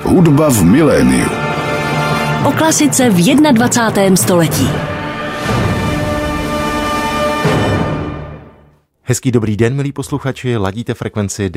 Hudba v miléniu. O klasice v 21. století. Hezký dobrý den, milí posluchači, ladíte frekvenci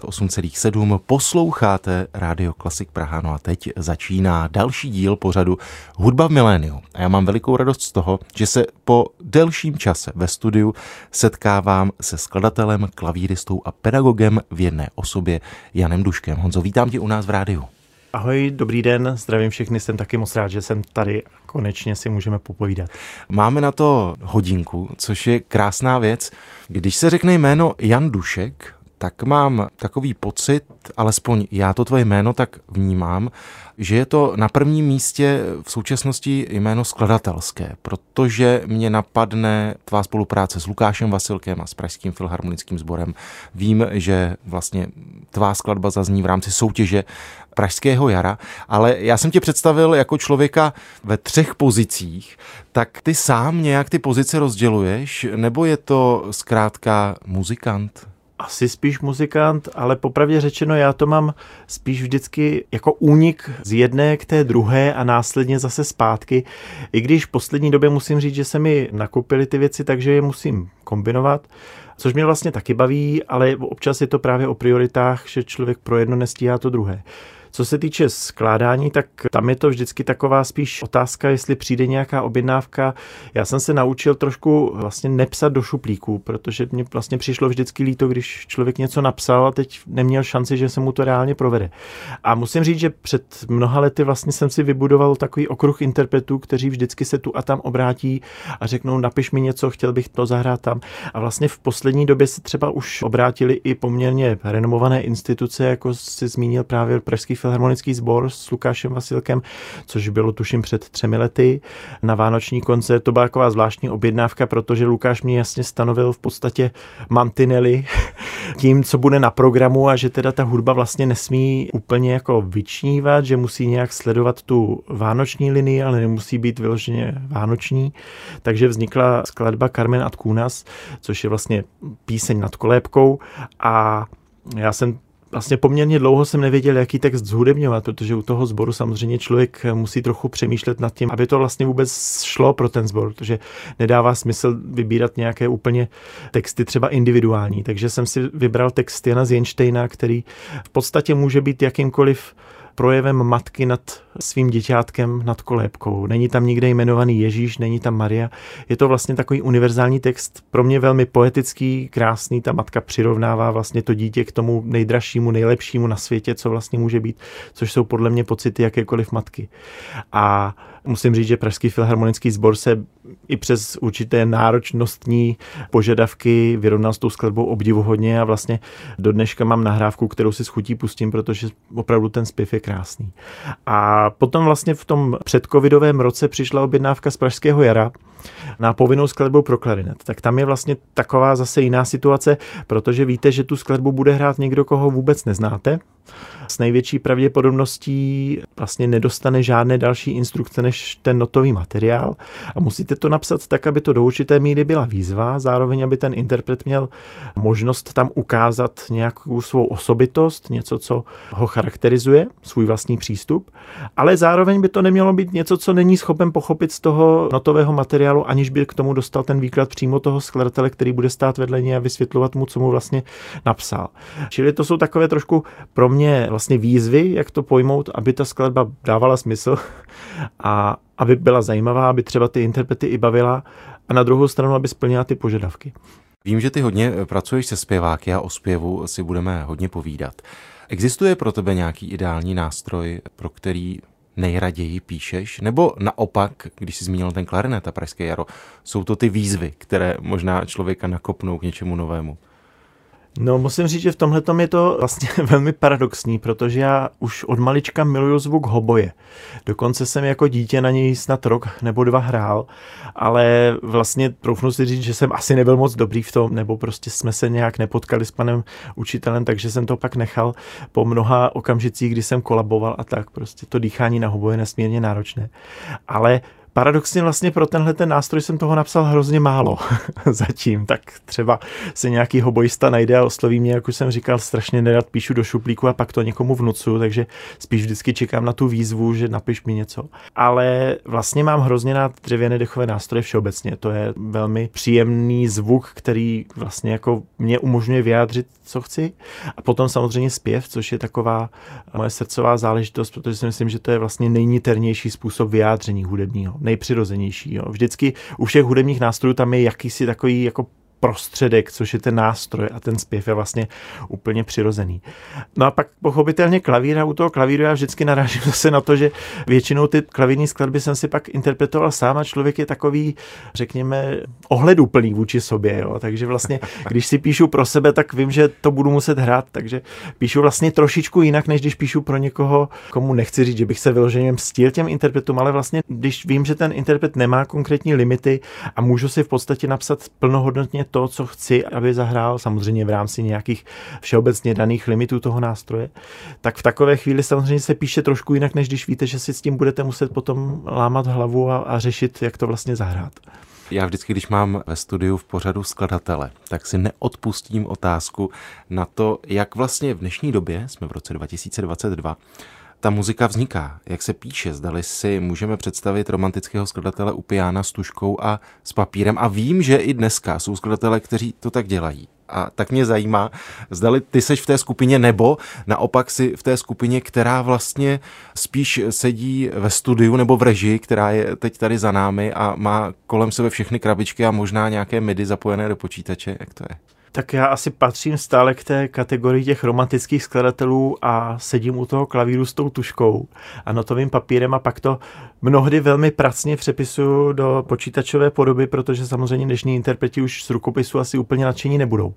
98,7, posloucháte Rádio Klasik Praha, no a teď začíná další díl pořadu Hudba v miléniu. A já mám velikou radost z toho, že se po delším čase ve studiu setkávám se skladatelem, klavíristou a pedagogem v jedné osobě Janem Duškem. Honzo, vítám tě u nás v rádiu. Ahoj, dobrý den, zdravím všechny, jsem taky moc rád, že jsem tady, konečně si můžeme popovídat. Máme na to hodinku, což je krásná věc. Když se řekne jméno Jan Dušek, tak mám takový pocit, alespoň já to tvoje jméno tak vnímám, že je to na prvním místě v současnosti jméno skladatelské, protože mě napadne tvá spolupráce s Lukášem Vasilkem a s Pražským filharmonickým sborem. Vím, že vlastně tvá skladba zazní v rámci soutěže Pražského jara, ale já jsem tě představil jako člověka ve 3 pozicích, tak ty sám nějak ty pozice rozděluješ, nebo je to zkrátka muzikant? Asi spíš muzikant, ale popravdě řečeno, já to mám spíš vždycky jako únik z jedné k té druhé a následně zase zpátky. I když v poslední době musím říct, že se mi nakupily ty věci, takže je musím kombinovat, což mě vlastně taky baví, ale občas je to právě o prioritách, že člověk pro jedno nestíhá to druhé. Co se týče skládání, tak tam je to vždycky taková spíš otázka, jestli přijde nějaká objednávka. Já jsem se naučil trošku vlastně nepsat do šuplíku, protože mě vlastně přišlo vždycky líto, když člověk něco napsal a teď neměl šanci, že se mu to reálně provede. A musím říct, že před mnoha lety vlastně jsem si vybudoval takový okruh interpretů, kteří vždycky se tu a tam obrátí a řeknou, napiš mi něco, chtěl bych to zahrát tam. A vlastně v poslední době se třeba už obrátili i poměrně renomované instituce, jako si zmínil právě Pražský filharmonický sbor s Lukášem Vasilkem, což bylo tuším před 3 lety na vánoční koncert. To byla taková zvláštní objednávka, protože Lukáš mě jasně stanovil v podstatě mantinely tím, co bude na programu a že teda ta hudba vlastně nesmí úplně jako vyčnívat, že musí nějak sledovat tu vánoční linii, ale nemusí být vyloženě vánoční. Takže vznikla skladba Carmen ad Cunas, což je vlastně píseň nad kolébkou a já jsem vlastně poměrně dlouho jsem nevěděl, jaký text zhudebňovat, protože u toho sboru samozřejmě člověk musí trochu přemýšlet nad tím, aby to vlastně vůbec šlo pro ten sbor, protože nedává smysl vybírat nějaké úplně texty třeba individuální. Takže jsem si vybral text Jana Zjenštejna, který v podstatě může být jakýmkoliv projevem matky nad svým děťátkem nad kolébkou. Není tam nikde jmenovaný Ježíš, není tam Maria. Je to vlastně takový univerzální text, pro mě velmi poetický, krásný. Ta matka přirovnává vlastně to dítě k tomu nejdražšímu, nejlepšímu na světě, co vlastně může být, což jsou podle mě pocity jakékoliv matky. A musím říct, že Pražský filharmonický sbor se i přes určité náročnostní požadavky vyrovnal s tou skladbou obdivuhodně a vlastně do dneška mám nahrávku, kterou si s chutí pustím, protože opravdu ten zpěv je krásný. A potom vlastně v tom předcovidovém roce přišla objednávka z Pražského jara na povinnou skladbu pro klarinet. Tak tam je vlastně taková zase jiná situace, protože víte, že tu skladbu bude hrát někdo, koho vůbec neznáte. S největší pravděpodobností vlastně nedostane žádné další instrukce než ten notový materiál a musíte to napsat tak, aby to do určité míry byla výzva, zároveň aby ten interpret měl možnost tam ukázat nějakou svou osobitost, něco, co ho charakterizuje, svůj vlastní přístup, ale zároveň by to nemělo být něco, co není schopen pochopit z toho notového materiálu, aniž by k tomu dostal ten výklad přímo toho skladatele, který bude stát vedle něj a vysvětlovat mu, co mu vlastně napsal. Čili to jsou takové trošku pro mě vlastně výzvy, jak to pojmout, aby ta skladba dávala smysl a aby byla zajímavá, aby třeba ty interprety i bavila a na druhou stranu, aby splnila ty požadavky. Vím, že ty hodně pracuješ se zpěváky a o zpěvu si budeme hodně povídat. Existuje pro tebe nějaký ideální nástroj, pro který nejraději píšeš? Nebo naopak, když jsi zmínil ten klarinet a Pražské jaro, jsou to ty výzvy, které možná člověka nakopnou k něčemu novému? No, musím říct, že v tomhletom je to vlastně velmi paradoxní, protože já už od malička miluju zvuk hoboje. Dokonce jsem jako dítě na něj snad rok nebo 2 hrál, ale vlastně troufnu si říct, že jsem asi nebyl moc dobrý v tom, nebo prostě jsme se nějak nepotkali s panem učitelem, takže jsem to pak nechal po mnoha okamžicích, kdy jsem kolaboval a tak. Prostě to dýchání na hoboje je nesmírně náročné. Ale Paradoxně vlastně pro tenhle ten nástroj jsem toho napsal hrozně málo zatím, tak třeba se nějaký hoboista najde a osloví mě, jak už jsem říkal, strašně nerad píšu do šuplíku a pak to někomu vnucuju, takže spíš vždycky čekám na tu výzvu, že napiš mi něco. Ale vlastně mám hrozně rád dřevěné dechové nástroje všeobecně. To je velmi příjemný zvuk, který vlastně jako mě umožňuje vyjádřit, co chci. A potom samozřejmě zpěv, což je taková moje srdcová záležitost, protože si myslím, že to je vlastně nejniternější způsob vyjádření hudebního, nejpřirozenější. Jo. Vždycky u všech hudebních nástrojů tam je jakýsi takový jako prostředek, což je ten nástroj a ten zpěv je vlastně úplně přirozený. No a pak pochopitelně klavír a u toho klavíru já vždycky narážím zase na to, že většinou ty klavírní skladby jsem si pak interpretoval sám a člověk je takový, řekněme, ohleduplný vůči sobě, jo. Takže vlastně, když si píšu pro sebe, tak vím, že to budu muset hrát, takže píšu vlastně trošičku jinak, než když píšu pro někoho, komu nechci říct, že bych se vyloženě mstil těm interpretům, ale vlastně, když vím, že ten interpret nemá konkrétní limity a můžu si v podstatě napsat plnohodnotně to, co chci, aby zahrál, samozřejmě v rámci nějakých všeobecně daných limitů toho nástroje, tak v takové chvíli samozřejmě se píše trošku jinak, než když víte, že si s tím budete muset potom lámat hlavu a řešit, jak to vlastně zahrát. Já vždycky, když mám ve studiu v pořadu skladatele, tak si neodpustím otázku na to, jak vlastně v dnešní době, jsme v roce 2022, ta muzika vzniká, jak se píše, zdali si můžeme představit romantického skladatele u piána s tužkou a s papírem. A vím, že i dneska jsou skladatelé, kteří to tak dělají. A tak mě zajímá, zdali ty seš v té skupině, nebo naopak si v té skupině, která vlastně spíš sedí ve studiu nebo v režii, která je teď tady za námi a má kolem sebe všechny krabičky a možná nějaké MIDI zapojené do počítače. Jak to je? Tak já asi patřím stále k té kategorii těch romantických skladatelů a sedím u toho klavíru s tou tužkou a notovým papírem a pak to mnohdy velmi pracně přepisuju do počítačové podoby, protože samozřejmě dnešní interpreti už z rukopisu asi úplně nadšení nebudou.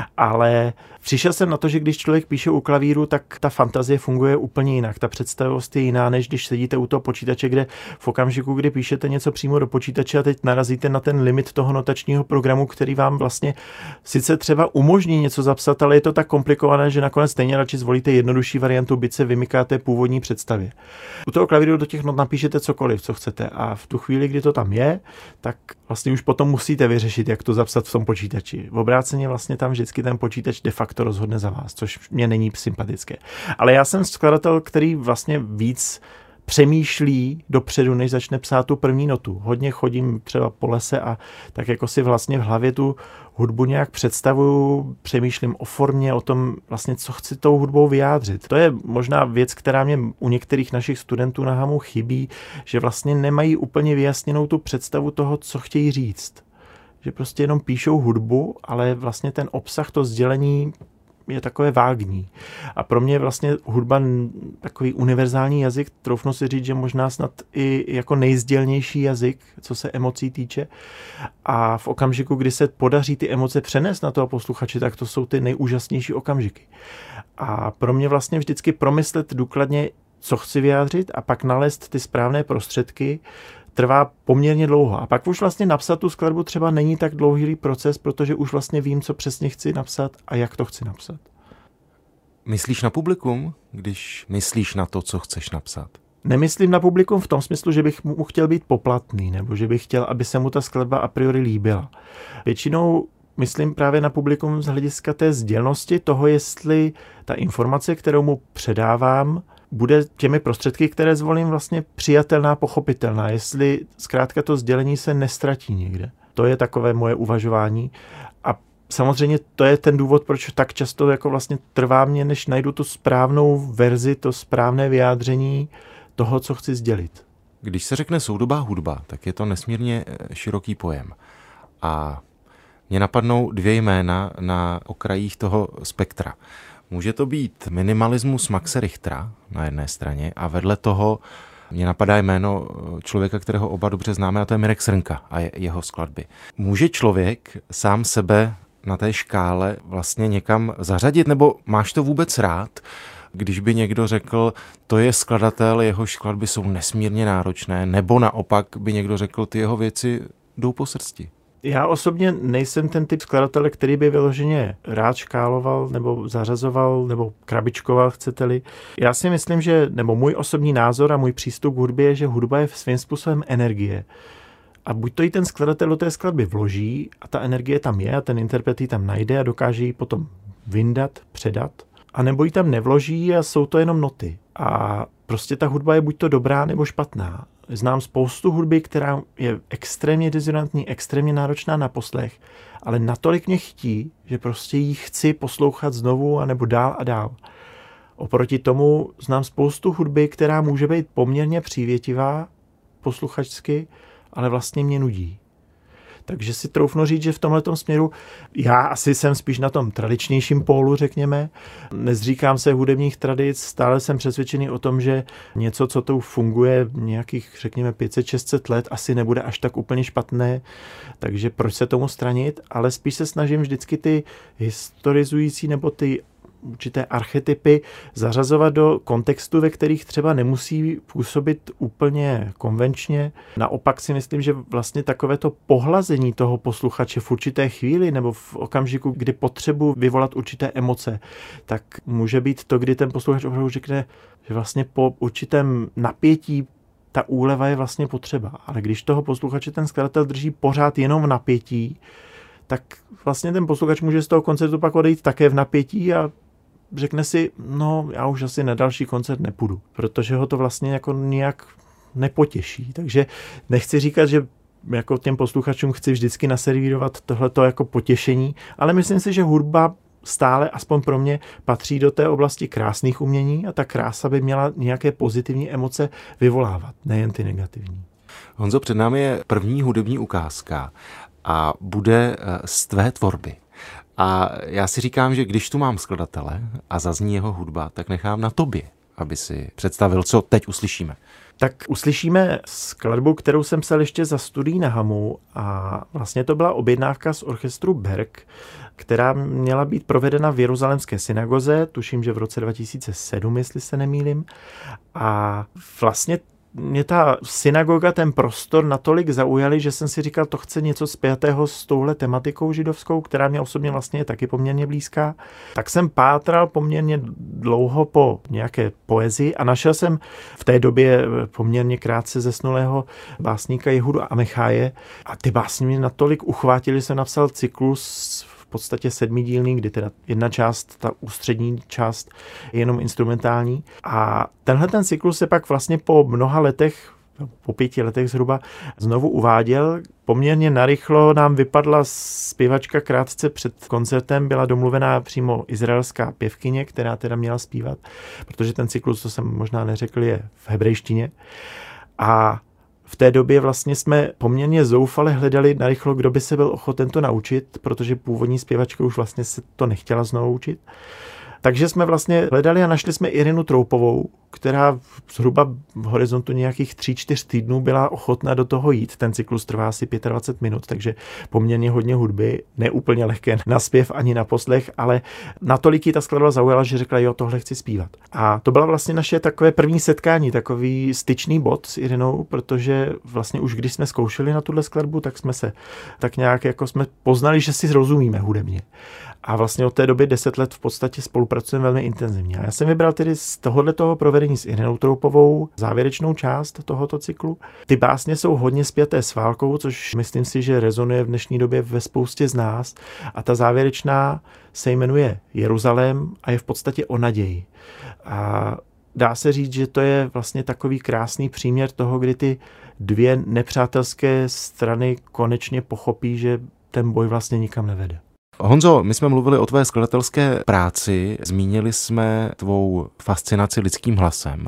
Ale přišel jsem na to, že když člověk píše u klavíru, tak ta fantazie funguje úplně jinak. Ta představivost je jiná, než když sedíte u toho počítače, kde v okamžiku, kdy píšete něco přímo do počítače a teď narazíte na ten limit toho notačního programu, který vám vlastně sice třeba umožní něco zapsat, ale je to tak komplikované, že nakonec stejně radši zvolíte jednodušší variantu, byť se vymykáte původní představě. U toho klavíru do těch not napíšete cokoliv, co chcete a v tu chvíli, kdy to tam je, tak vlastně už potom musíte vyřešit, jak to zapsat v tom počítači. V obráceně vlastně tam vždycky ten počítač de facto rozhodne za vás, což mě není sympatické. Ale já jsem skladatel, který vlastně víc přemýšlí dopředu, než začne psát tu první notu. Hodně chodím třeba po lese a tak jako si vlastně v hlavě tu hudbu nějak představuju, přemýšlím o formě, o tom vlastně, co chci tou hudbou vyjádřit. To je možná věc, která mě u některých našich studentů na Hamu chybí, že vlastně nemají úplně vyjasněnou tu představu toho, co chtějí říct. Že prostě jenom píšou hudbu, ale vlastně ten obsah, to sdělení je takové vágní. A pro mě je vlastně hudba takový univerzální jazyk, troufnu si říct, že možná snad i jako nejsdělnější jazyk, co se emocí týče. A v okamžiku, kdy se podaří ty emoce přenést na toho posluchače, tak to jsou ty nejúžasnější okamžiky. A pro mě vlastně vždycky promyslet důkladně, co chci vyjádřit a pak nalézt ty správné prostředky, trvá poměrně dlouho. A pak už vlastně napsat tu skladbu třeba není tak dlouhý proces, protože už vlastně vím, co přesně chci napsat a jak to chci napsat. Myslíš na publikum, když myslíš na to, co chceš napsat? Nemyslím na publikum v tom smyslu, že bych mu chtěl být poplatný, nebo že bych chtěl, aby se mu ta skladba a priori líbila. Většinou myslím právě na publikum z hlediska té sdělnosti toho, jestli ta informace, kterou mu předávám, bude těmi prostředky, které zvolím, vlastně přijatelná, pochopitelná, jestli zkrátka to sdělení se nestratí někde. To je takové moje uvažování a samozřejmě to je ten důvod, proč tak často jako vlastně trvá mě, než najdu tu správnou verzi, to správné vyjádření toho, co chci sdělit. Když se řekne soudobá hudba, tak je to nesmírně široký pojem. A mě napadnou dvě jména na okrajích toho spektra. Může to být minimalismus Maxe Richtera na jedné straně a vedle toho mě napadá jméno člověka, kterého oba dobře známe, a to je Mirek Srnka a jeho skladby. Může člověk sám sebe na té škále vlastně někam zařadit, nebo máš to vůbec rád, když by někdo řekl, to je skladatel, jehož skladby jsou nesmírně náročné, nebo naopak by někdo řekl, ty jeho věci jdou po srsti? Já osobně nejsem ten typ skladatele, který by vyloženě rád škáloval nebo zařazoval nebo krabičkoval, chcete-li. Já si myslím, nebo můj osobní názor a můj přístup k hudbě je, že hudba je svým způsobem energie. A buď to i ten skladatel do té skladby vloží a ta energie tam je a ten interpret ji tam najde a dokáže ji potom vyndat, předat, a nebo ji tam nevloží a jsou to jenom noty. A prostě ta hudba je buď to dobrá nebo špatná. Znám spoustu hudby, která je extrémně dizonantní, extrémně náročná na poslech, ale natolik mě chytí, že prostě ji chci poslouchat znovu anebo dál a dál. Oproti tomu znám spoustu hudby, která může být poměrně přívětivá posluchačsky, ale vlastně mě nudí. Takže si troufnu říct, že v tomhletom směru já asi jsem spíš na tom tradičnějším pólu, řekněme. Nezříkám se hudebních tradic, stále jsem přesvědčený o tom, že něco, co tu funguje nějakých, řekněme, 500-600 let, asi nebude až tak úplně špatné, takže proč se tomu stranit, ale spíš se snažím vždycky ty historizující nebo ty určité archetypy zařazovat do kontextu, ve kterých třeba nemusí působit úplně konvenčně. Naopak si myslím, že vlastně takovéto pohlazení toho posluchače v určité chvíli nebo v okamžiku, kdy potřebuji vyvolat určité emoce, tak může být to, kdy ten posluchač opravdu řekne, že vlastně po určitém napětí ta úleva je vlastně potřeba. Ale když toho posluchače ten skladatel drží pořád jenom v napětí, tak vlastně ten posluchač může z toho koncertu pak odejít také v napětí a řekne si, no já už asi na další koncert nepůjdu, protože ho to vlastně jako nijak nepotěší. Takže nechci říkat, že jako těm posluchačům chci vždycky naservírovat tohleto jako potěšení, ale myslím si, že hudba stále, aspoň pro mě, patří do té oblasti krásných umění a ta krása by měla nějaké pozitivní emoce vyvolávat, nejen ty negativní. Honzo, před námi je první hudební ukázka a bude z tvé tvorby. A já si říkám, že když tu mám skladatele a zazní jeho hudba, tak nechám na tobě, aby si představil, co teď uslyšíme. Tak uslyšíme skladbu, kterou jsem psal ještě za studií na Hamu a vlastně to byla objednávka z orchestru Berg, která měla být provedena v Jeruzalémské synagoze, tuším, že v roce 2007, jestli se nemýlím. A vlastně mě ta synagoga, ten prostor natolik zaujaly, že jsem si říkal, to chce něco spjatého s touhle tematikou židovskou, která mě osobně vlastně je taky poměrně blízká. Tak jsem pátral poměrně dlouho po nějaké poezii a našel jsem v té době poměrně krátce zesnulého básníka Jehudu Amecháje a ty básně mě natolik uchvátily, že jsem napsal cyklus v podstatě 7dílný, kdy teda jedna část, ta ústřední část je jenom instrumentální. A tenhle ten cyklus se pak vlastně po mnoha letech, po 5 letech zhruba, znovu uváděl. Poměrně narychlo nám vypadla zpěvačka krátce před koncertem, byla domluvená přímo izraelská pěvkyně, která teda měla zpívat, protože ten cyklus, co jsem možná neřekl, je v hebrejštině. A v té době vlastně jsme poměrně zoufale hledali narychlo, kdo by se byl ochoten to naučit, protože původní zpěvačka už vlastně se to nechtěla znovu učit. Takže jsme vlastně hledali a našli jsme Irinu Troupovou, která zhruba v horizontu nějakých 3-4 týdnů byla ochotná do toho jít. Ten cyklus trvá asi 25 minut, takže poměrně hodně hudby, neúplně lehké na zpěv ani na poslech, ale natolik jí ta skladba zaujala, že řekla, jo, tohle chci zpívat. A to byla vlastně naše takové první setkání, takový styčný bod s Irinou, protože vlastně už když jsme zkoušeli na tuhle skladbu, tak jsme se tak nějak jako jsme poznali, že si rozumíme hudebně. A vlastně od té doby 10 let v podstatě spolupracujeme velmi intenzivně. A já jsem vybral tedy z tohoto provedení s Irinou Troupovou závěrečnou část tohoto cyklu. Ty básně jsou hodně spjaté s válkou, což myslím si, že rezonuje v dnešní době ve spoustě z nás. A ta závěrečná se jmenuje Jeruzalém a je v podstatě o naději. A dá se říct, že to je vlastně takový krásný příměr toho, kdy ty dvě nepřátelské strany konečně pochopí, že ten boj vlastně nikam nevede. Honzo, my jsme mluvili o tvé skladatelské práci, zmínili jsme tvou fascinaci lidským hlasem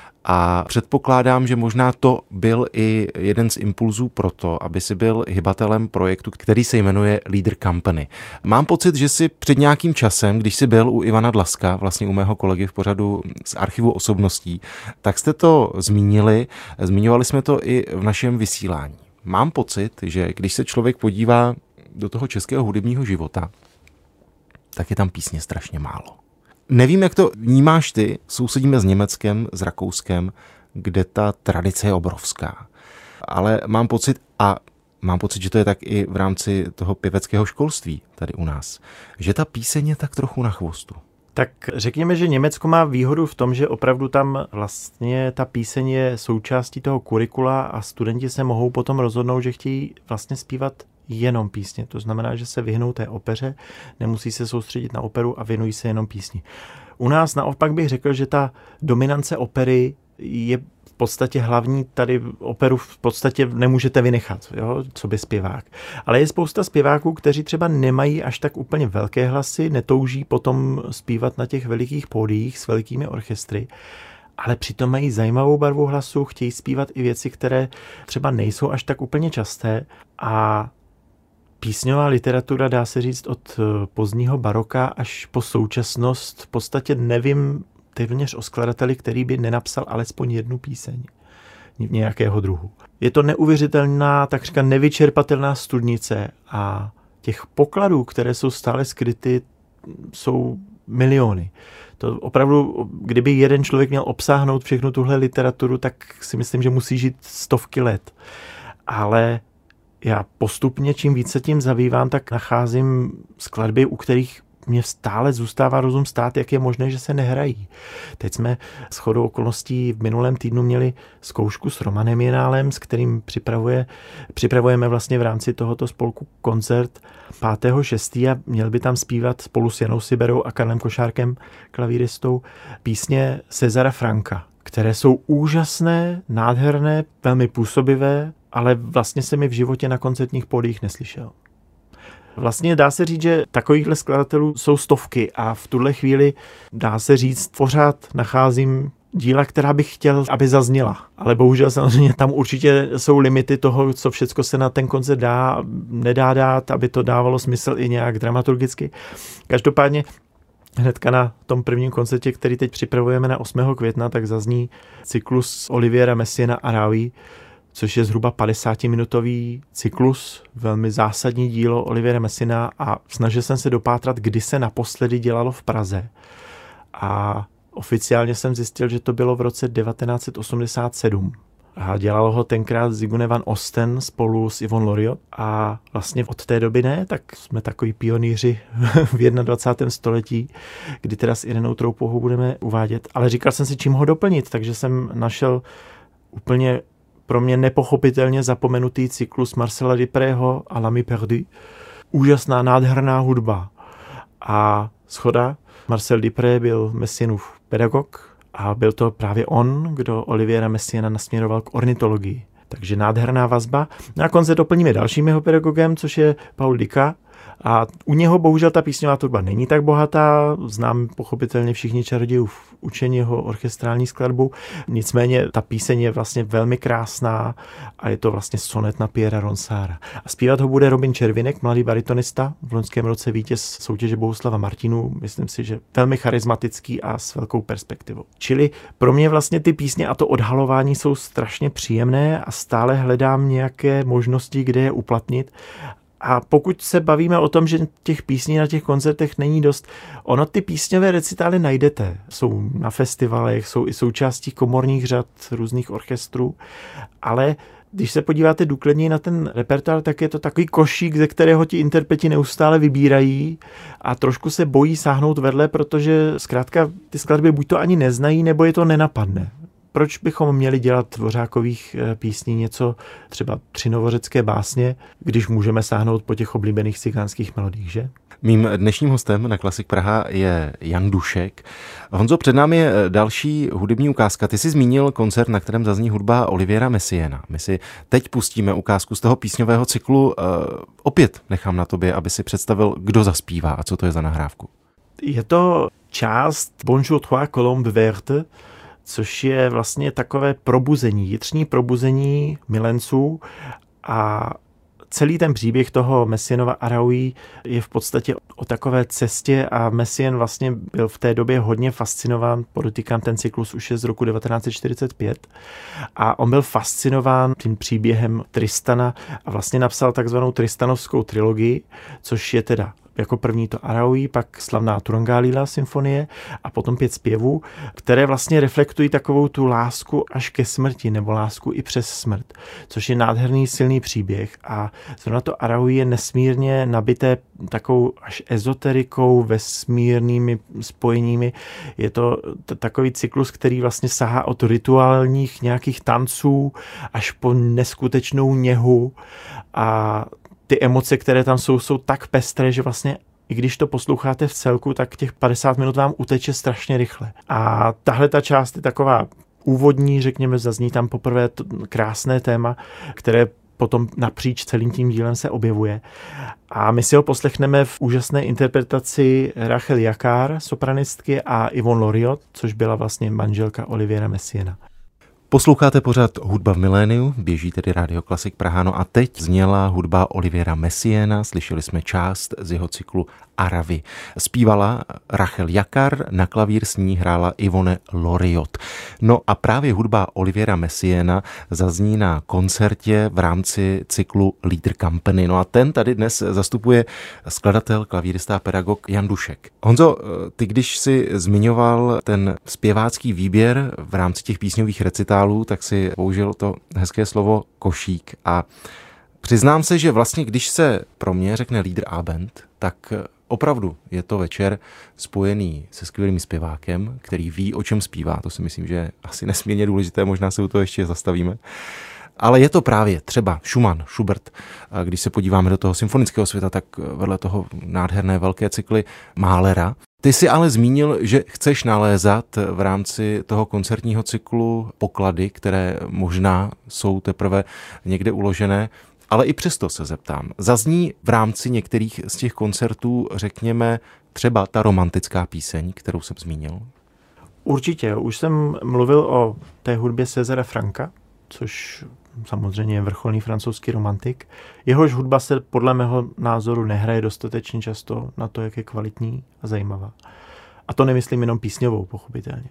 a předpokládám, že možná to byl i jeden z impulzů pro to, aby si byl hybatelem projektu, který se jmenuje Leader Company. Mám pocit, že si před nějakým časem, když jsi byl u Ivana Dlaska, vlastně u mého kolegy v pořadu z archivu osobností, tak jste to zmínili, zmiňovali jsme to i v našem vysílání. Mám pocit, že když se člověk podívá do toho českého hudebního života, tak je tam písně strašně málo. Nevím, jak to vnímáš ty, sousedíme s Německem, s Rakouskem, kde ta tradice je obrovská. Ale mám pocit, a mám pocit, že to je tak i v rámci toho pěveckého školství tady u nás, že ta píseň je tak trochu na chvostu. Tak řekněme, že Německo má výhodu v tom, že opravdu tam vlastně ta píseň je součástí toho kurikula a studenti se mohou potom rozhodnout, že chtějí vlastně zpívat jenom písně. To znamená, že se vyhnou té opeře, nemusí se soustředit na operu a věnují se jenom písni. U nás naopak bych řekl, že ta dominance opery je v podstatě hlavní, tady operu v podstatě nemůžete vynechat, jo, co by zpěvák. Ale je spousta zpěváků, kteří třeba nemají až tak úplně velké hlasy, netouží potom zpívat na těch velikých pódiích s velkými orchestry, ale přitom mají zajímavou barvu hlasu, chtějí zpívat i věci, které třeba nejsou až tak úplně časté a písňová literatura, dá se říct, od pozdního baroka až po současnost, v podstatě nevím téměř o skladateli, který by nenapsal alespoň jednu píseň nějakého druhu. Je to neuvěřitelná, takřka nevyčerpatelná studnice a těch pokladů, které jsou stále skryty, jsou miliony. To opravdu, kdyby jeden člověk měl obsáhnout všechnu tuhle literaturu, tak si myslím, že musí žít stovky let. Ale já postupně, čím více tím zabývám, tak nacházím skladby, u kterých mě stále zůstává rozum stát, jak je možné, že se nehrají. Teď jsme shodou okolností v minulém týdnu měli zkoušku s Romanem Jenálem, s kterým připravujeme vlastně v rámci tohoto spolku koncert 5.6. a měl by tam zpívat spolu s Janou Siberou a Karlem Košárkem, klavíristou, písně Césara Franka, které jsou úžasné, nádherné, velmi působivé, ale vlastně se mi v životě na koncertních pódiích neslyšel. Vlastně dá se říct, že takovýchhle skladatelů jsou stovky a v tuhle chvíli, dá se říct, pořád nacházím díla, která bych chtěl, aby zazněla. Ale bohužel samozřejmě tam určitě jsou limity toho, co všecko se na ten koncert dá, nedá dát, aby to dávalo smysl i nějak dramaturgicky. Každopádně hnedka na tom prvním koncertě, který teď připravujeme na 8. května, tak zazní cyklus Oliviera Messiaena Araui, což je zhruba 50-minutový cyklus, velmi zásadní dílo Oliviera Messiaena a snažil jsem se dopátrat, kdy se naposledy dělalo v Praze. A oficiálně jsem zjistil, že to bylo v roce 1987. A dělalo ho tenkrát Zigune van Osten spolu s Yvonne Loriot a vlastně od té doby ne, tak jsme takový pionýři v 21. století, kdy teda s Irenou Troupovou budeme uvádět. Ale říkal jsem si, čím ho doplnit, takže jsem našel úplně pro mě nepochopitelně zapomenutý cyklus Marcela Duprého a L'Ami perdu. Úžasná, nádherná hudba. A shoda, Marcel Dupré byl Messiaenův pedagog a byl to právě on, kdo Oliviera Messiaena nasměroval k ornitologii. Takže nádherná vazba. Na konci doplníme dalším jeho pedagogem, což je Paul Dika. A u něho bohužel ta písňová tvorba není tak bohatá, znám pochopitelně všichni čarodějův učení jeho orchestrální skladbu, nicméně ta píseň je vlastně velmi krásná a je to vlastně sonet na Pierra Ronsarda. A zpívat ho bude Robin Červinek, mladý baritonista, v loňském roce vítěz soutěže Bohuslava Martinů, myslím si, že velmi charismatický a s velkou perspektivou. Čili pro mě vlastně ty písně a to odhalování jsou strašně příjemné a stále hledám nějaké možnosti, kde je uplatnit. A pokud se bavíme o tom, že těch písní na těch koncertech není dost, ono ty písňové recitály najdete. Jsou na festivalech, jsou i součástí komorních řad různých orchestrů, ale když se podíváte důkladněji na ten repertoár, tak je to takový košík, ze kterého ti interpreti neustále vybírají a trošku se bojí sáhnout vedle, protože zkrátka ty skladby buď to ani neznají, nebo je to nenapadne. Proč bychom měli dělat Dvořákových písní něco, třeba 3 novořecké básně, když můžeme sáhnout po těch oblíbených cigánských melodích, že? Mým dnešním hostem na Klasik Praha je Jan Dušek. Honzo, před námi je další hudební ukázka. Ty jsi zmínil koncert, na kterém zazní hudba Oliviera Messiaena. My si teď pustíme ukázku z toho písňového cyklu. Opět nechám na tobě, aby si představil, kdo zaspívá a co to je za nahrávku. Je to část Bonjour trois colombes vertes, což je vlastně takové probuzení, vnitřní probuzení milenců a celý ten příběh toho Messiaenova Araui je v podstatě o takové cestě a Messiaen vlastně byl v té době hodně fascinován, podotýkám, ten cyklus už je z roku 1945 a on byl fascinován tím příběhem Tristana a vlastně napsal takzvanou Tristanovskou trilogii, což je teda jako první to Araui, pak slavná Turangalila symfonie a potom 5 zpěvů, které vlastně reflektují takovou tu lásku až ke smrti nebo lásku i přes smrt, což je nádherný silný příběh a zrovna to Araui je nesmírně nabité takovou až ezoterikou, vesmírnými spojeními. Je to takový cyklus, který vlastně sahá od rituálních nějakých tanců až po neskutečnou něhu a ty emoce, které tam jsou tak pestré, že vlastně i když to posloucháte v celku, tak těch 50 minut vám uteče strašně rychle. A tahle ta část je taková úvodní, řekněme, zazní tam poprvé krásné téma, které potom napříč celým tím dílem se objevuje. A my si ho poslechneme v úžasné interpretaci Rachel Jakar, sopranistky, a Yvonne Loriot, což byla vlastně manželka Oliviera Messiaena. Posloucháte pořád Hudba v miléniu, běží tedy Rádio Klasik Praha, no a teď zněla hudba Oliviera Messiaena, slyšeli jsme část z jeho cyklu Aravi. Zpívala Rachel Jakar, na klavír s ní hrála Yvonne Loriot. No a právě hudba Oliviera Messiaena zazní na koncertě v rámci cyklu Lieder Company. No a ten tady dnes zastupuje skladatel, klavírista a pedagog Jan Dušek. Honzo, ty když si zmiňoval ten zpěvácký výběr v rámci těch písňových recitálů, tak si použil to hezké slovo košík a přiznám se, že vlastně když se pro mě řekne Liederabend, tak opravdu je to večer spojený se skvělým zpěvákem, který ví, o čem zpívá. To si myslím, že je asi nesmírně důležité, možná se u toho ještě zastavíme. Ale je to právě třeba Schumann, Schubert. Když se podíváme do toho symfonického světa, tak vedle toho nádherné velké cykly Mahlera. Ty jsi ale zmínil, že chceš nalézat v rámci toho koncertního cyklu poklady, které možná jsou teprve někde uložené, ale i přesto se zeptám. Zazní v rámci některých z těch koncertů, řekněme, třeba ta romantická píseň, kterou jsem zmínil? Určitě. Už jsem mluvil o té hudbě Césara Franka, což samozřejmě je vrcholný francouzský romantik. Jehož hudba se podle mého názoru nehraje dostatečně často na to, jak je kvalitní a zajímavá. A to nemyslím jenom písňovou, pochopitelně.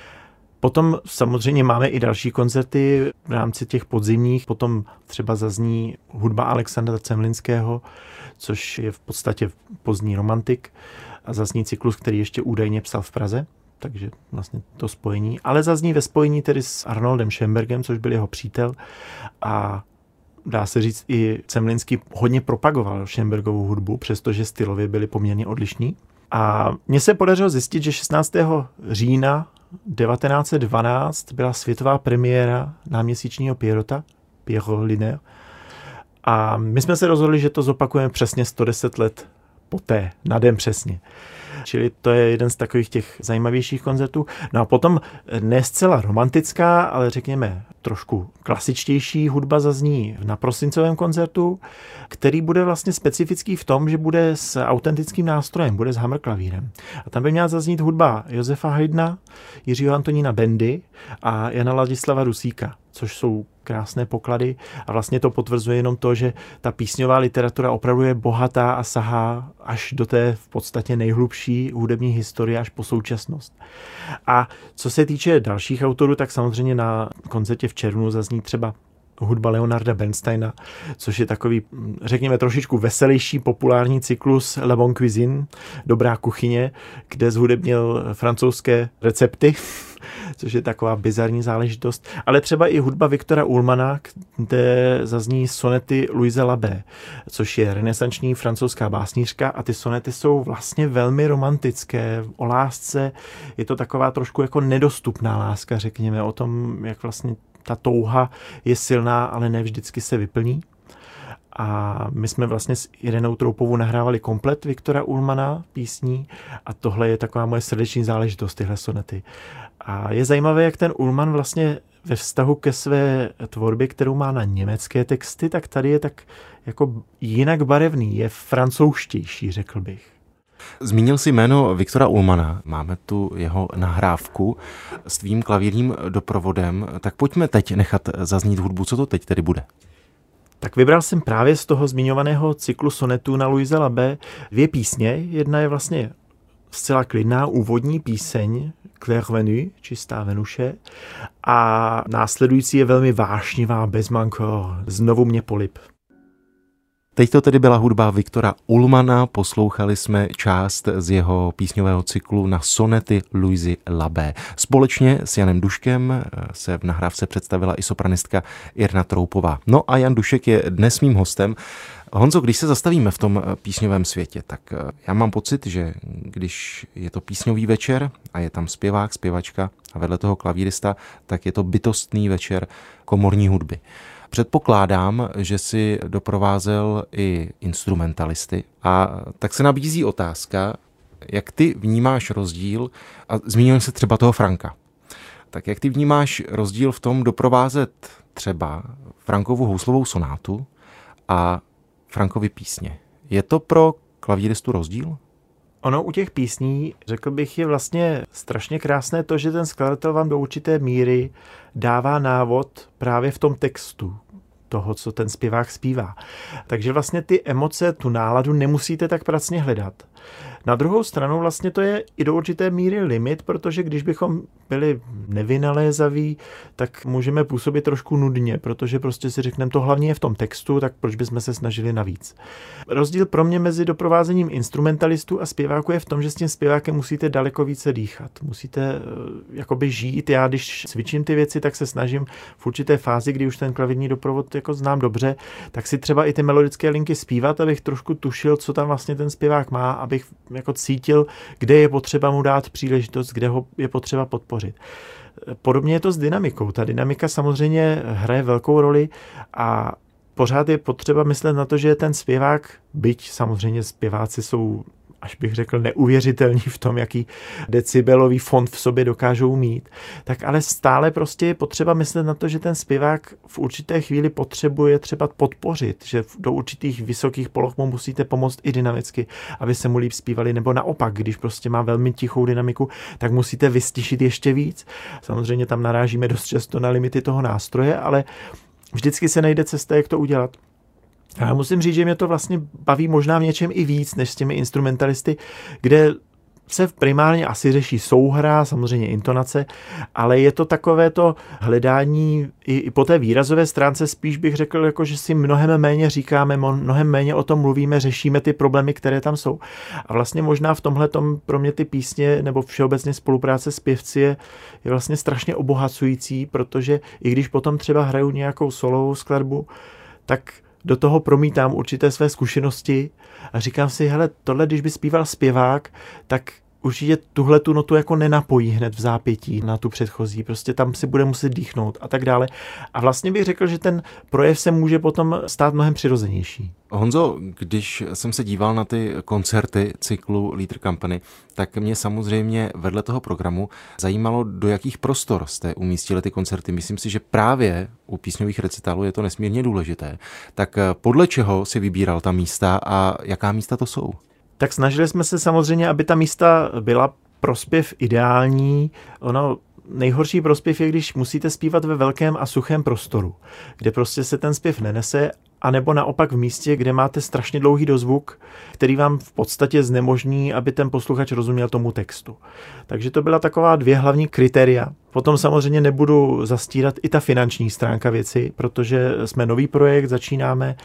Potom samozřejmě máme i další koncerty v rámci těch podzimních. Potom třeba zazní hudba Alexandra Cemlinského, což je v podstatě pozdní romantik. A zazní cyklus, který ještě údajně psal v Praze. Takže vlastně to spojení. Ale zazní ve spojení tedy s Arnoldem Schoenbergem, což byl jeho přítel. A dá se říct, i Cemlinský hodně propagoval Schoenbergovu hudbu, přestože stylově byli poměrně odlišní. A mně se podařilo zjistit, že 16. října 1912 byla světová premiéra náměsíčního Pierrota, Pierrot Liner. A my jsme se rozhodli, že to zopakujeme přesně 110 let poté, na den přesně. Čili to je jeden z takových těch zajímavějších koncertů. No a potom ne zcela romantická, ale řekněme trošku klasičtější hudba zazní na prosincovém koncertu, který bude vlastně specifický v tom, že bude s autentickým nástrojem, bude s hammerklavírem. A tam by měla zaznít hudba Josefa Haydna, Jiřího Antonína Bendy a Jana Ladislava Rusíka, což jsou krásné poklady a vlastně to potvrzuje jenom to, že ta písňová literatura opravdu je bohatá a sahá až do té v podstatě nejhlubší hudební historie až po současnost. A co se týče dalších autorů, tak samozřejmě na koncertě v červnu zazní třeba hudba Leonarda Bernsteina, což je takový, řekněme, trošičku veselější populární cyklus La Bonne Cuisine, dobrá kuchyně, kde zhudebnil francouzské recepty, což je taková bizarní záležitost, ale třeba i hudba Viktora Ullmana, kde zazní sonety Louise Labé, což je renesanční francouzská básnířka a ty sonety jsou vlastně velmi romantické. O lásce je to taková trošku jako nedostupná láska, řekněme, o tom, jak vlastně ta touha je silná, ale ne vždycky se vyplní. A my jsme vlastně s Irenou Troupovou nahrávali komplet Viktora Ullmana písní a tohle je taková moje srdeční záležitost, tyhle sonety. A je zajímavé, jak ten Ullman vlastně ve vztahu ke své tvorbě, kterou má na německé texty, tak tady je tak jako jinak barevný, je francouzštější, řekl bych. Zmínil jsi jméno Viktora Ullmana, máme tu jeho nahrávku s tvým klavírním doprovodem, tak pojďme teď nechat zaznít hudbu, co to teď tedy bude? Tak vybral jsem právě z toho zmiňovaného cyklu sonetů na Louise Labé 2 písně. Jedna je vlastně zcela klidná úvodní píseň Claire Venue, čistá Venuše, a následující je velmi vášnivá Baise-moi encore, Znovu mě polib. Teď to tedy byla hudba Viktora Ullmanna, poslouchali jsme část z jeho písňového cyklu na sonety Louisy Labé. Společně s Janem Duškem se v nahrávce představila i sopranistka Irna Troupová. No a Jan Dušek je dnes mým hostem. Honzo, když se zastavíme v tom písňovém světě, tak já mám pocit, že když je to písňový večer a je tam zpěvák, zpěvačka a vedle toho klavírista, tak je to bytostný večer komorní hudby. Předpokládám, že si doprovázel i instrumentalisty a tak se nabízí otázka, jak ty vnímáš rozdíl, a zmínil se třeba toho Franka, tak jak ty vnímáš rozdíl v tom doprovázet třeba Frankovu houslovou sonátu a Frankovy písně. Je to pro klavíristu rozdíl? Ono u těch písní, řekl bych, je vlastně strašně krásné to, že ten skladatel vám do určité míry dává návod právě v tom textu toho, co ten zpěvák zpívá. Takže vlastně ty emoce, tu náladu nemusíte tak pracně hledat. Na druhou stranu vlastně to je i do určité míry limit, protože když bychom byli nevynalézaví, tak můžeme působit trošku nudně, protože prostě si řekneme, to hlavně je v tom textu, tak proč bychom se snažili navíc. Rozdíl pro mě mezi doprovázením instrumentalistů a zpěváků je v tom, že s tím zpěvákem musíte daleko více dýchat. Musíte jakoby žít. Já když cvičím ty věci, tak se snažím v určité fázi, kdy už ten klavírní doprovod jako znám dobře, tak si třeba i ty melodické linky zpívat, abych trošku tušil, co tam vlastně ten zpěvák má, abych jako cítil, kde je potřeba mu dát příležitost, kde ho je potřeba podpořit. Podobně je to s dynamikou. Ta dynamika samozřejmě hraje velkou roli a pořád je potřeba myslet na to, že ten zpěvák, byť samozřejmě zpěváci jsou, až bych řekl, neuvěřitelní v tom, jaký decibelový fond v sobě dokážou mít, tak ale stále prostě je potřeba myslet na to, že ten zpěvák v určité chvíli potřebuje třeba podpořit, že do určitých vysokých poloh mu musíte pomoct i dynamicky, aby se mu líp zpívali, nebo naopak, když prostě má velmi tichou dynamiku, tak musíte vystišit ještě víc. Samozřejmě tam narážíme dost často na limity toho nástroje, ale vždycky se najde cesta, jak to udělat. A já musím říct, že mě to vlastně baví možná v něčem i víc, než s těmi instrumentalisty, kde se primárně asi řeší souhra, samozřejmě intonace, ale je to takové to hledání i po té výrazové stránce, spíš bych řekl, jako, že si mnohem méně říkáme, mnohem méně o tom mluvíme, řešíme ty problémy, které tam jsou. A vlastně možná v tomhletom pro mě ty písně nebo všeobecně spolupráce s pěvci je vlastně strašně obohacující, protože i když potom třeba hraju nějakou solovou skladbu, tak do toho promítám určité své zkušenosti a říkám si, hele, tohle, když by zpíval zpěvák, tak určitě tuhle tu notu jako nenapojí hned v zápětí na tu předchozí, prostě tam si bude muset dýchnout a tak dále. A vlastně bych řekl, že ten projev se může potom stát mnohem přirozenější. Honzo, když jsem se díval na ty koncerty cyklu Leader Company, tak mě samozřejmě vedle toho programu zajímalo, do jakých prostor jste umístili ty koncerty. Myslím si, že právě u písňových recitálů je to nesmírně důležité. Tak podle čeho si vybíral ta místa a jaká místa to jsou? Tak snažili jsme se samozřejmě, aby ta místa byla pro zpěv ideální. Ono nejhorší prospěv je, když musíte zpívat ve velkém a suchém prostoru, kde prostě se ten zpěv nenese, anebo naopak v místě, kde máte strašně dlouhý dozvuk, který vám v podstatě znemožní, aby ten posluchač rozuměl tomu textu. Takže to byla taková 2 hlavní kritéria. Potom samozřejmě nebudu zastírat i ta finanční stránka věci, protože jsme nový projekt, začínáme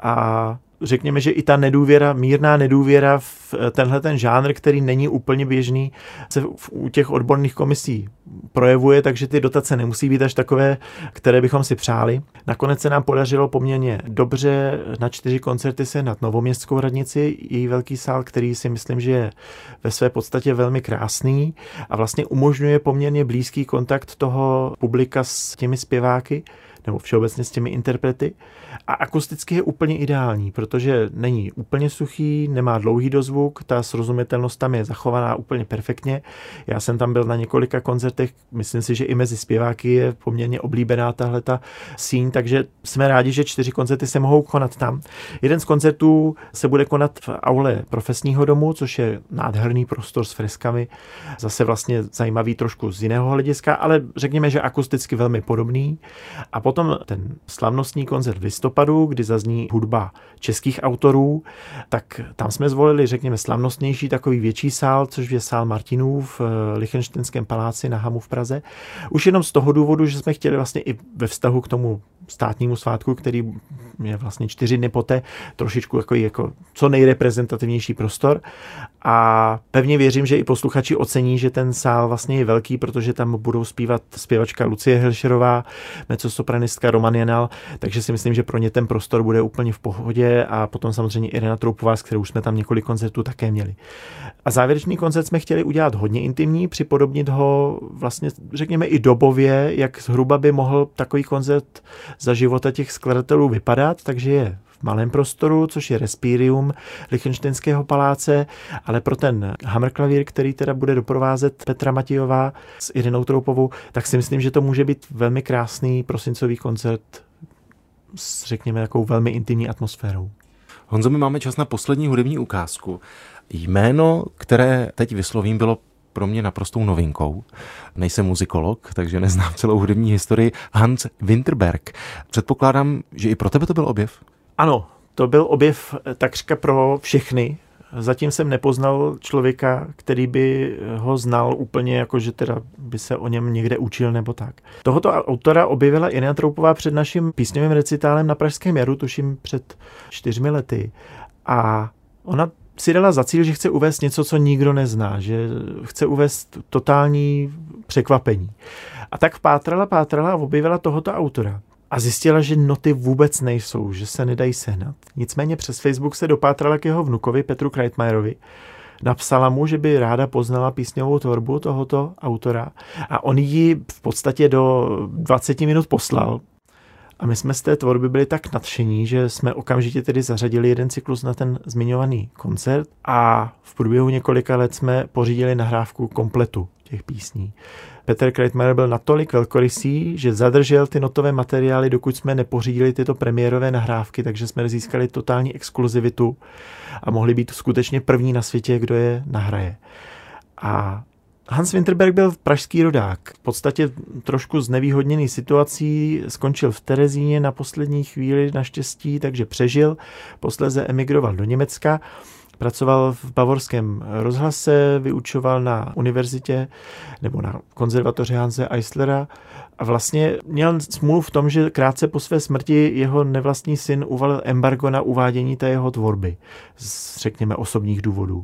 a řekněme, že i ta nedůvěra, mírná nedůvěra v tenhle ten žánr, který není úplně běžný, se u těch odborných komisí projevuje, takže ty dotace nemusí být až takové, které bychom si přáli. Nakonec se nám podařilo poměrně dobře na 4 koncerty sehnat Novoměstskou radnici, její velký sál, který si myslím, že je ve své podstatě velmi krásný a vlastně umožňuje poměrně blízký kontakt toho publika s těmi zpěváky, nebo všeobecně s těmi interprety. A akusticky je úplně ideální, protože není úplně suchý, nemá dlouhý dozvuk, ta srozumitelnost tam je zachovaná úplně perfektně. Já jsem tam byl na několika koncertech, myslím si, že i mezi zpěváky je poměrně oblíbená tahleta síň, takže jsme rádi, že 4 koncerty se mohou konat tam. Jeden z koncertů se bude konat v aule profesního domu, což je nádherný prostor s freskami, zase vlastně zajímavý trošku z jiného hlediska, ale řekněme, že akusticky velmi podobný. A potom ten slavnostní koncert v listopadu, kdy zazní hudba českých autorů, tak tam jsme zvolili, řekněme, slavnostnější takový větší sál, což je sál Martinův v Lichtenštejnském paláci na Hamu v Praze. Už jenom z toho důvodu, že jsme chtěli vlastně i ve vztahu k tomu státnímu svátku, který je vlastně 4 dny poté, trošičku jako co nejreprezentativnější prostor. A pevně věřím, že i posluchači ocení, že ten sál vlastně je velký, protože tam budou zpívat zpěvačka Lucie Hilšerová, mezzosopranistka Roman Janal, takže si myslím, že pro ně ten prostor bude úplně v pohodě a potom samozřejmě Irena Troupová, s kterou jsme tam několik koncertů také měli. A závěrečný koncert jsme chtěli udělat hodně intimní, připodobnit ho vlastně, řekněme, i dobově, jak zhruba by mohl takový koncert za života těch skladatelů vypadat, takže je v malém prostoru, což je Respirium Lichtenštejnského paláce, ale pro ten hammerklavír, který teda bude doprovázet Petra Matějová s Irenou Troupovou, tak si myslím, že to může být velmi krásný prosincový koncert s, řekněme, takovou velmi intimní atmosférou. Honzo, my máme čas na poslední hudební ukázku. Jméno, které teď vyslovím, bylo pro mě naprostou novinkou. Nejsem muzikolog, takže neznám celou hudební historii. Hans Winterberg. Předpokládám, že i pro tebe to byl objev? Ano, to byl objev takřka pro všechny. Zatím jsem nepoznal člověka, který by ho znal úplně, jako že teda by se o něm někde učil nebo tak. Tohoto autora objevila Irena Troupová před naším písňovým recitálem na Pražském jaru, tuším před 4 lety. A ona si dala za cíl, že chce uvést něco, co nikdo nezná, že chce uvést totální překvapení. A tak pátrala a objevila tohoto autora. A zjistila, že noty vůbec nejsou, že se nedají sehnat. Nicméně přes Facebook se dopátrala k jeho vnukovi Petru Kreitmayerovi. Napsala mu, že by ráda poznala písňovou tvorbu tohoto autora a on ji v podstatě do 20 minut poslal. A my jsme z té tvorby byli tak nadšení, že jsme okamžitě tedy zařadili jeden cyklus na ten zmiňovaný koncert a v průběhu několika let jsme pořídili nahrávku kompletu těch písní. Petr Kreitmayer byl natolik velkorysý, že zadržel ty notové materiály, dokud jsme nepořídili tyto premiérové nahrávky, takže jsme získali totální exkluzivitu a mohli být skutečně první na světě, kdo je nahraje. A Hans Winterberg byl pražský rodák. V podstatě trošku znevýhodněný situací, skončil v Terezíně na poslední chvíli naštěstí, takže přežil, posléze emigroval do Německa. Pracoval v bavorském rozhlase, vyučoval na univerzitě nebo na konzervatoři Hanse Eislera a vlastně měl smůlu v tom, že krátce po své smrti jeho nevlastní syn uvalil embargo na uvádění té jeho tvorby z, řekněme, osobních důvodů.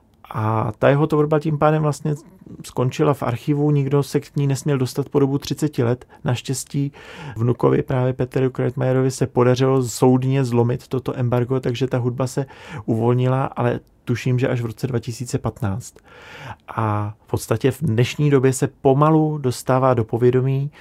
A ta jeho tvorba tím pádem vlastně skončila v archivu, nikdo se k ní nesměl dostat po dobu 30 let. Naštěstí vnukovi právě Petru Kreitmayerovi se podařilo soudně zlomit toto embargo, takže ta hudba se uvolnila, ale tuším, že až v roce 2015. A v podstatě v dnešní době se pomalu dostává do povědomí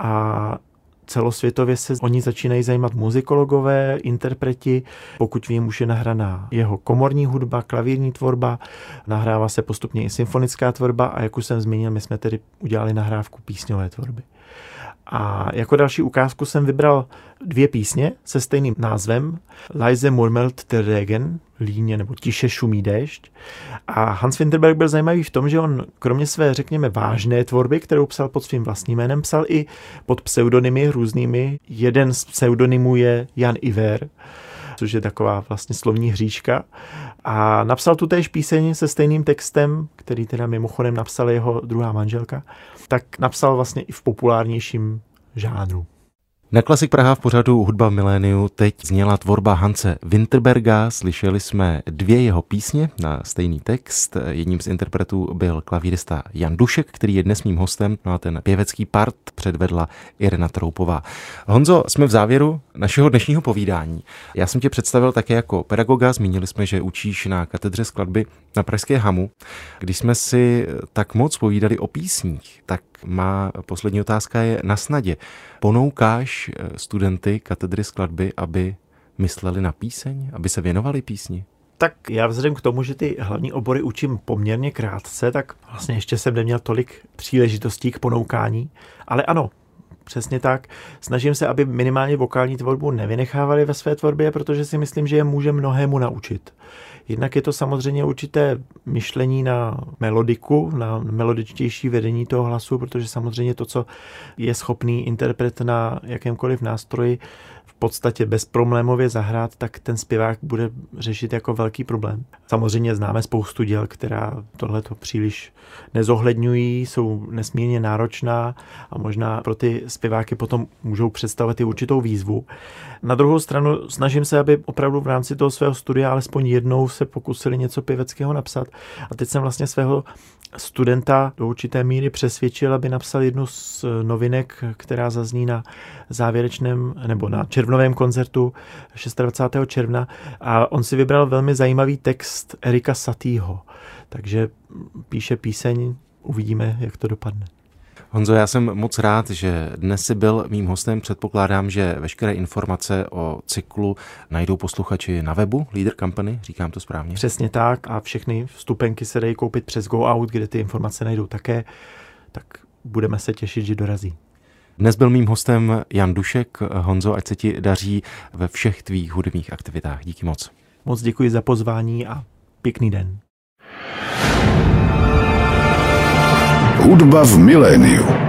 a celosvětově se o ní začínají zajímat muzikologové, interpreti, pokud vím, už je nahraná jeho komorní hudba, klavírní tvorba, nahrává se postupně i symfonická tvorba a jak už jsem zmínil, my jsme tedy udělali nahrávku písňové tvorby. A jako další ukázku jsem vybral 2 písně se stejným názvem Leise murmelt der Regen, líně nebo tiše šumí déšť. A Hans Winterberg byl zajímavý v tom, že on kromě své, řekněme, vážné tvorby, kterou psal pod svým vlastním jménem, psal i pod pseudonymy různými. Jeden z pseudonymů je Jan Iver, což je taková vlastně slovní hříčka. A napsal tu též píseň se stejným textem, který teda mimochodem napsala jeho druhá manželka, tak napsal vlastně i v populárnějším žánru. Na Klasik Praha v pořadu Hudba v miléniu teď zněla tvorba Hanse Winterberga. Slyšeli jsme 2 jeho písně na stejný text. Jedním z interpretů byl klavírista Jan Dušek, který je dnes mým hostem, no a ten pěvecký part předvedla Irena Troupová. Honzo, jsme v závěru našeho dnešního povídání. Já jsem tě představil také jako pedagoga, zmínili jsme, že učíš na katedře skladby na Pražské Hamu. Když jsme si tak moc povídali o písních, tak má poslední otázka je na snadě. Ponoukáš studenty katedry skladby, aby mysleli na píseň, aby se věnovali písni? Tak já vzhledem k tomu, že ty hlavní obory učím poměrně krátce, tak vlastně ještě jsem neměl tolik příležitostí k ponoukání, ale ano, přesně tak. Snažím se, aby minimálně vokální tvorbu nevynechávali ve své tvorbě, protože si myslím, že je může mnohému naučit. Jednak je to samozřejmě určité myšlení na melodiku, na melodičtější vedení toho hlasu, protože samozřejmě to, co je schopný interpret na jakémkoliv nástroji v podstatě bezproblémově zahrát, tak ten zpěvák bude řešit jako velký problém. Samozřejmě známe spoustu děl, která tohleto příliš nezohledňují, jsou nesmírně náročná a možná pro ty zpěváky potom můžou představovat i určitou výzvu. Na druhou stranu snažím se, aby opravdu v rámci toho svého studia alespoň jednou se pokusili něco pěveckého napsat. A teď jsem vlastně svého studenta do určité míry přesvědčil, aby napsal jednu z novinek, která zazní na závěrečném nebo na červnovém koncertu 26. června. A on si vybral velmi zajímavý text Erika Satieho. Takže píše píseň, uvidíme, jak to dopadne. Honzo, já jsem moc rád, že dnes jsi byl mým hostem. Předpokládám, že veškeré informace o cyklu najdou posluchači na webu Leader Company, říkám to správně? Přesně tak a všechny vstupenky se dají koupit přes Go Out, kde ty informace najdou také, tak budeme se těšit, že dorazí. Dnes byl mým hostem Jan Dušek. Honzo, ať se ti daří ve všech tvých hudebních aktivitách. Díky moc. Moc děkuji za pozvání a pěkný den. Hudba v miléniu.